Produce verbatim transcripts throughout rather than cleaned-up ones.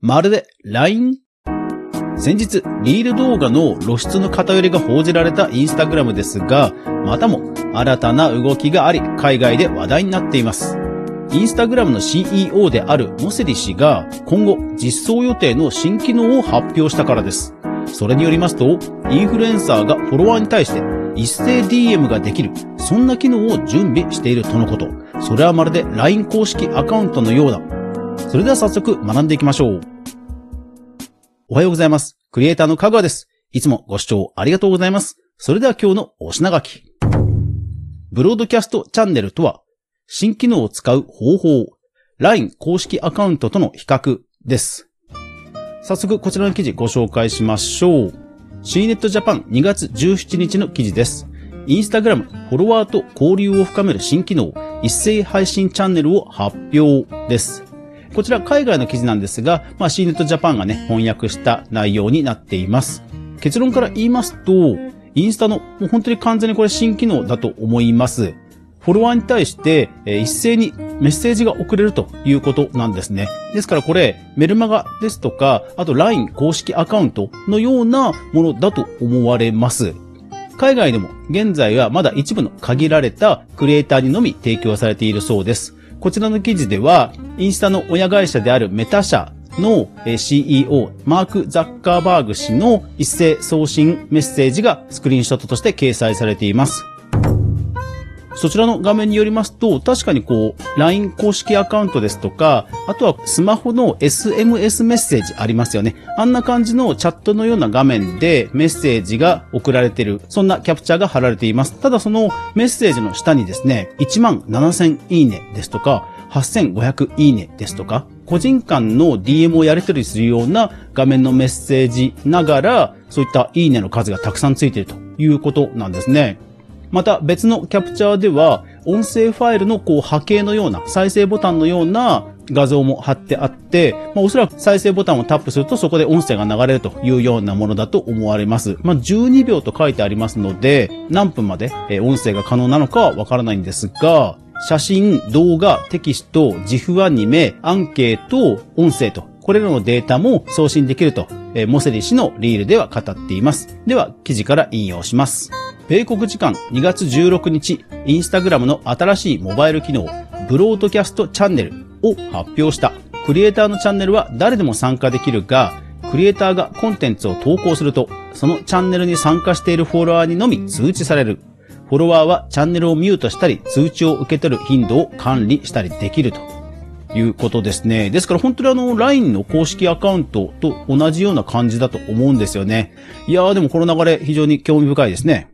まるで ライン？ 先日、リール動画の露出の偏りが報じられたインスタグラムですが、またも新たな動きがあり、海外で話題になっています。インスタグラムの シーイーオー であるモセリ氏が今後実装予定の新機能を発表したからです。それによりますと、インフルエンサーがフォロワーに対して一斉 ディーエム ができる、そんな機能を準備しているとのこと。それはまるで ライン 公式アカウントのようだ。それでは早速学んでいきましょう。おはようございます。クリエイターのかぐわです。いつもご視聴ありがとうございます。それでは今日のお品書き。ブロードキャストチャンネルとは、新機能を使う方法、ライン 公式アカウントとの比較です。早速こちらの記事ご紹介しましょう。シーネットジャパンにがつじゅうしちにちの記事です。インスタグラムフォロワーと交流を深める新機能、一斉配信チャンネルを発表です。こちら海外の記事なんですが、まあ シーネットジャパンがね、翻訳した内容になっています。結論から言いますと、インスタのもう本当に完全にこれ新機能だと思います。フォロワーに対して、えー、一斉にメッセージが送れるということなんですね。ですからこれ、メルマガですとか、あと ライン 公式アカウントのようなものだと思われます。海外でも現在はまだ一部の限られたクリエイターにのみ提供されているそうです。こちらの記事では、インスタの親会社であるメタ社の シーイーオー、マーク・ザッカーバーグ氏の一斉送信メッセージがスクリーンショットとして掲載されています。そちらの画面によりますと、確かにこう、ライン 公式アカウントですとか、あとはスマホの エスエムエス メッセージありますよね。あんな感じのチャットのような画面でメッセージが送られている、そんなキャプチャーが貼られています。ただそのメッセージの下にですね、いちまんななせんいいねですとか、はっせんごひゃくいいねですとか、個人間の ディーエム をやり取りするような画面のメッセージながら、そういったいいねの数がたくさんついているということなんですね。また別のキャプチャーでは、音声ファイルのこう波形のような、再生ボタンのような画像も貼ってあって、まあ、おそらく再生ボタンをタップするとそこで音声が流れるというようなものだと思われます。まあ、じゅうにびょうと書いてありますので、何分まで音声が可能なのかはわからないんですが、写真、動画、テキスト、ジフアニメ、アンケート、音声と、これらのデータも送信できると、えー、モセリ氏のリールでは語っています。では、記事から引用します。米国時間にがつじゅうろくにち、インスタグラムの新しいモバイル機能、ブロードキャストチャンネルを発表した。クリエイターのチャンネルは誰でも参加できるが、クリエイターがコンテンツを投稿すると、そのチャンネルに参加しているフォロワーにのみ通知される。フォロワーはチャンネルをミュートしたり、通知を受け取る頻度を管理したりできるということですね。ですから本当にあの ライン の公式アカウントと同じような感じだと思うんですよね。いやーでもこの流れ非常に興味深いですね。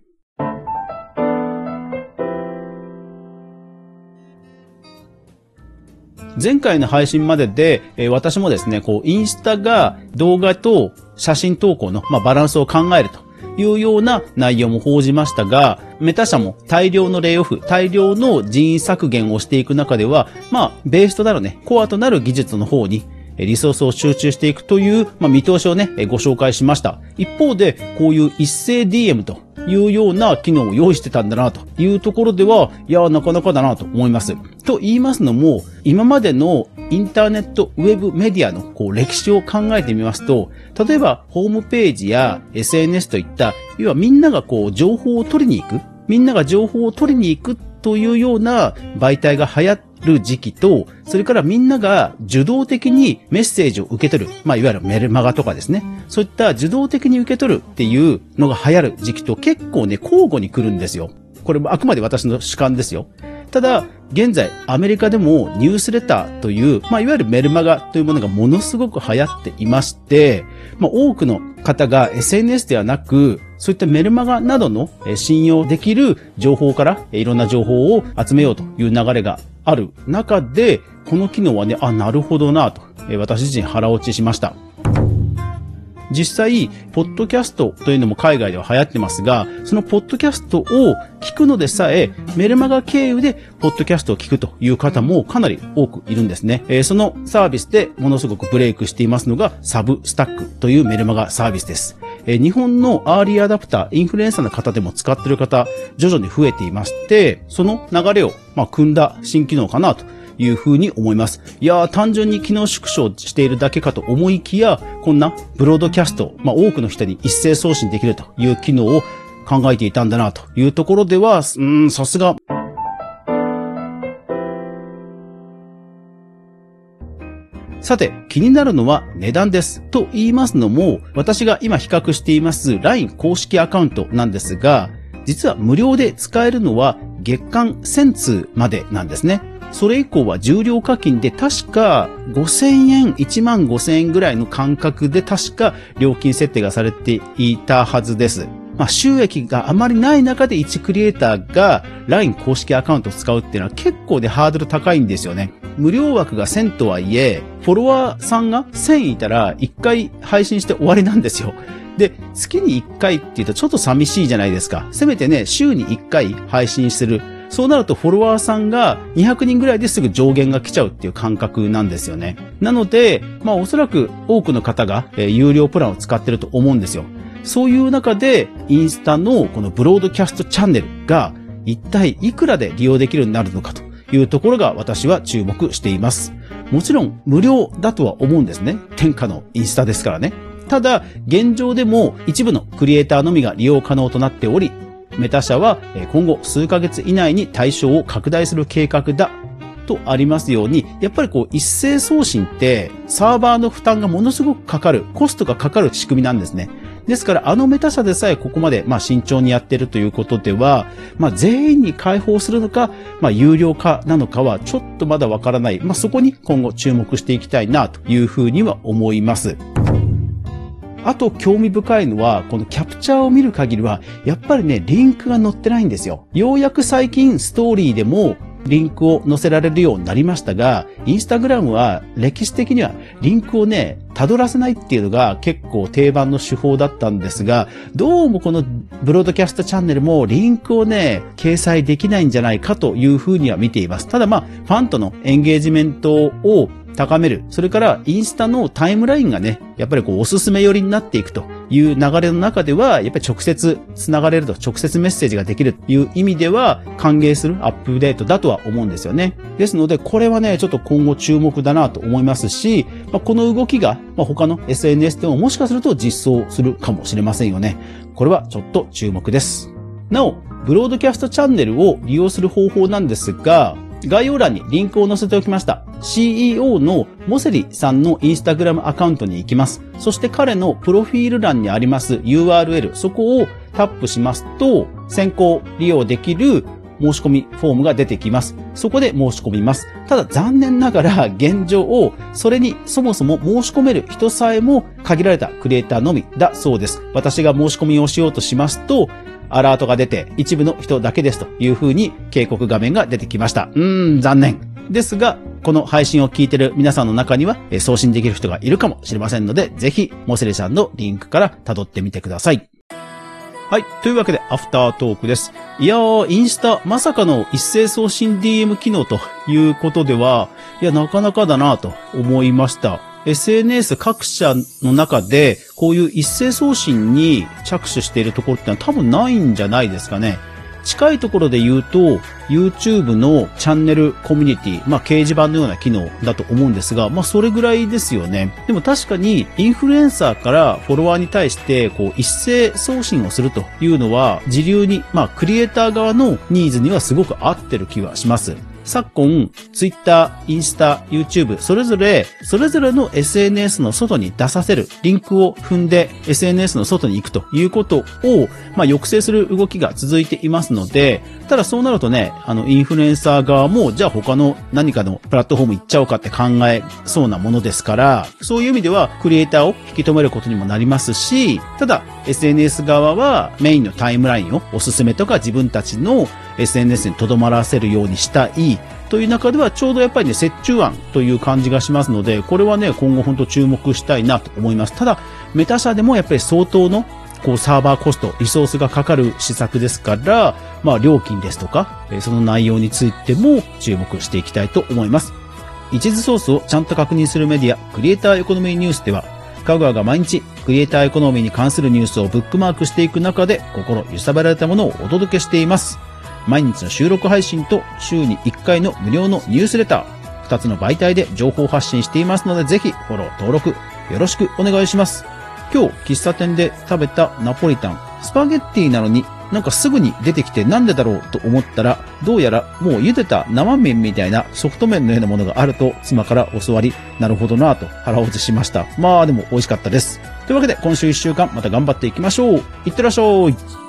前回の配信までで、えー、私もですね、こうインスタが動画と写真投稿の、まあ、バランスを考えるというような内容も報じましたが、メタ社も大量のレイオフ、大量の人員削減をしていく中では、まあ、ベースとなるね、コアとなる技術の方にリソースを集中していくという、まあ、見通しをね、ご紹介しました。一方で、こういう一斉 ディーエム というような機能を用意してたんだなというところでは、いや、なかなかだなと思います。と言いますのも、今までのインターネット、ウェブメディアのこう歴史を考えてみますと、例えばホームページや エスエヌエス といった、要はみんながこう情報を取りに行く、みんなが情報を取りに行くというような媒体が流行る時期と、それからみんなが受動的にメッセージを受け取る、まあいわゆるメルマガとかですね、そういった受動的に受け取るっていうのが流行る時期と結構ね、交互に来るんですよ。これもあくまで私の主観ですよ。ただ、現在、アメリカでもニュースレターという、まあ、いわゆるメルマガというものがものすごく流行っていまして、まあ、多くの方が エスエヌエス ではなく、そういったメルマガなどの信用できる情報からいろんな情報を集めようという流れがある中で、この機能はね、あ、なるほどなと、私自身腹落ちしました。実際、ポッドキャストというのも海外では流行ってますが、そのポッドキャストを聞くのでさえ、メルマガ経由でポッドキャストを聞くという方もかなり多くいるんですね。えー、そのサービスでものすごくブレイクしていますのが、サブスタックというメルマガサービスです。えー、日本のアーリーアダプター、インフルエンサーの方でも使っている方、徐々に増えていまして、その流れを、まあ、組んだ新機能かなというふうに思います。いやー、単純に機能縮小しているだけかと思いきや、こんなブロードキャスト、まあ多くの人に一斉送信できるという機能を考えていたんだなというところでは、うーん、さすが。さて、気になるのは値段です。と言いますのも、私が今比較しています ライン 公式アカウントなんですが、実は無料で使えるのは月間せんつうまでなんですね。それ以降は重量課金で確かごせんえん、いちまんごせんえんぐらいの感覚で確か料金設定がされていたはずです。まあ、収益があまりない中で一クリエイターが ライン 公式アカウントを使うっていうのは結構でハードル高いんですよね。無料枠がせんとはいえ、フォロワーさんがせんいたらいっかい配信して終わりなんですよ。で、月にいっかいって言うとちょっと寂しいじゃないですか。せめてね、週にいっかい配信する。そうなるとフォロワーさんがにひゃくにんぐらいですぐ上限が来ちゃうっていう感覚なんですよね。なので、まあおそらく多くの方が、えー、有料プランを使ってると思うんですよ。そういう中で、インスタのこのブロードキャストチャンネルが一体いくらで利用できるようになるのかというところが私は注目しています。もちろん無料だとは思うんですね。天下のインスタですからね。ただ、現状でも一部のクリエイターのみが利用可能となっており、メタ社は今後数ヶ月以内に対象を拡大する計画だとありますように、やっぱりこう一斉送信ってサーバーの負担がものすごくかかる、コストがかかる仕組みなんですね。ですからあのメタ社でさえここまでまあ慎重にやっているということでは、まあ全員に開放するのか、まあ有料化なのかはちょっとまだわからない。まあそこに今後注目していきたいなというふうには思います。あと興味深いのは、このキャプチャーを見る限りは、やっぱりね、リンクが載ってないんですよ。ようやく最近ストーリーでもリンクを載せられるようになりましたが、インスタグラムは歴史的にはリンクをね、辿らせないっていうのが結構定番の手法だったんですが、どうもこのブロードキャストチャンネルもリンクをね、掲載できないんじゃないかというふうには見ています。ただまあ、ファンとのエンゲージメントを高める。それからインスタのタイムラインがね、やっぱりこうおすすめ寄りになっていくという流れの中では、やっぱり直接繋がれると、直接メッセージができるという意味では歓迎するアップデートだとは思うんですよね。ですのでこれはね、ちょっと今後注目だなと思いますし、まあ、この動きが、まあ、他の エスエヌエス でももしかすると実装するかもしれませんよね。これはちょっと注目です。なお、ブロードキャストチャンネルを利用する方法なんですが、概要欄にリンクを載せておきました。シーイーオー のモセリさんのインスタグラムアカウントに行きます。そして彼のプロフィール欄にあります ユーアールエル、そこをタップしますと、先行利用できる申し込みフォームが出てきます。そこで申し込みます。ただ残念ながら現状をそれにそもそも申し込める人さえも限られたクリエイターのみだそうです。私が申し込みをしようとしますと、アラートが出て一部の人だけですという風に警告画面が出てきました。うーん、残念。ですが、この配信を聞いている皆さんの中には送信できる人がいるかもしれませんので、ぜひ、モセレさんのリンクから辿ってみてください。はい。というわけで、アフタートークです。いやー、インスタ、まさかの一斉送信 ディーエム 機能ということでは、いや、なかなかだなと思いました。エスエヌエス 各社の中で、こういう一斉送信に着手しているところってのは多分ないんじゃないですかね。近いところで言うと、YouTube のチャンネルコミュニティ、まあ掲示板のような機能だと思うんですが、まあそれぐらいですよね。でも確かにインフルエンサーからフォロワーに対してこう一斉送信をするというのは、自流に、まあクリエイター側のニーズにはすごく合ってる気はします。昨今、Twitter、インスタ、YouTube、それぞれ、それぞれの エスエヌエス の外に出させる、リンクを踏んで エスエヌエス の外に行くということを、まあ、抑制する動きが続いていますので、ただそうなるとね、あの、インフルエンサー側も、じゃあ他の何かのプラットフォーム行っちゃおうかって考えそうなものですから、そういう意味では、クリエイターを引き止めることにもなりますし、ただ、エスエヌエス 側はメインのタイムラインをおすすめとか自分たちの エスエヌエス に留まらせるようにしたいという中ではちょうどやっぱりね、折衷案という感じがしますので、これはね、今後本当注目したいなと思います。ただ、メタ社でもやっぱり相当のこうサーバーコスト、リソースがかかる施策ですから、まあ料金ですとか、その内容についても注目していきたいと思います。一時ソースをちゃんと確認するメディア、クリエイターエコノミーニュースでは、かぐわが毎日クリエイターエコノミーに関するニュースをブックマークしていく中で心揺さぶられたものをお届けしています。毎日の収録配信と週にいっかいの無料のニュースレター、 ふたつの媒体で情報発信していますので、ぜひフォロー、登録、よろしくお願いします。今日、喫茶店で食べたナポリタン、スパゲッティなのになんかすぐに出てきてなんでだろうと思ったら、どうやらもう茹でた生麺みたいなソフト麺のようなものがあると妻から教わり、なるほどなぁと腹落ちしました。まあでも美味しかったです。というわけで今週いっしゅうかんまた頑張っていきましょう。いってらっしゃい。